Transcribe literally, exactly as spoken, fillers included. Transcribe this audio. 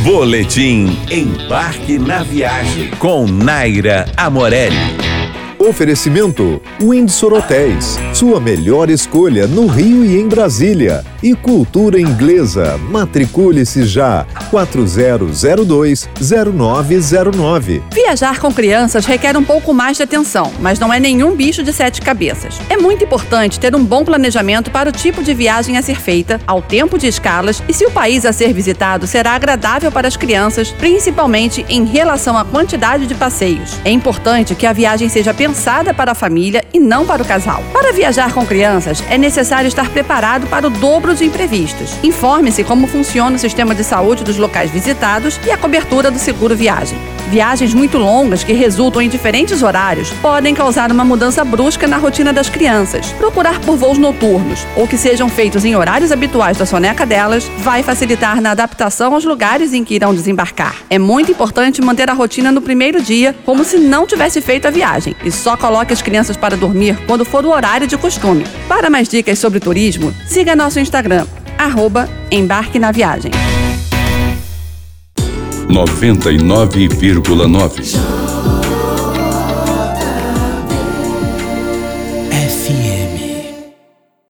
Boletim Embarque na Viagem com Naira Amorelli. Oferecimento Windsor Hotéis, sua melhor escolha no Rio e em Brasília. E Cultura Inglesa, matricule-se já, quatro zero zero dois, zero nove zero nove. Viajar com crianças requer um pouco mais de atenção, mas não é nenhum bicho de sete cabeças. É muito importante ter um bom planejamento para o tipo de viagem a ser feita, ao tempo de escalas e se o país a ser visitado será agradável para as crianças, principalmente em relação à quantidade de passeios. É importante que a viagem seja pensada para a família e não para o casal. Para viajar com crianças, é necessário estar preparado para o dobro de imprevistos. Informe-se como funciona o sistema de saúde dos locais visitados e a cobertura do seguro viagem. Viagens muito longas que resultam em diferentes horários podem causar uma mudança brusca na rotina das crianças. Procurar por voos noturnos ou que sejam feitos em horários habituais da soneca delas vai facilitar na adaptação aos lugares em que irão desembarcar. É muito importante manter a rotina no primeiro dia como se não tivesse feito a viagem e só coloque as crianças para dormir quando for o horário de costume. Para mais dicas sobre turismo, siga nosso Instagram, arroba Embarque na Viagem. noventa e nove vírgula nove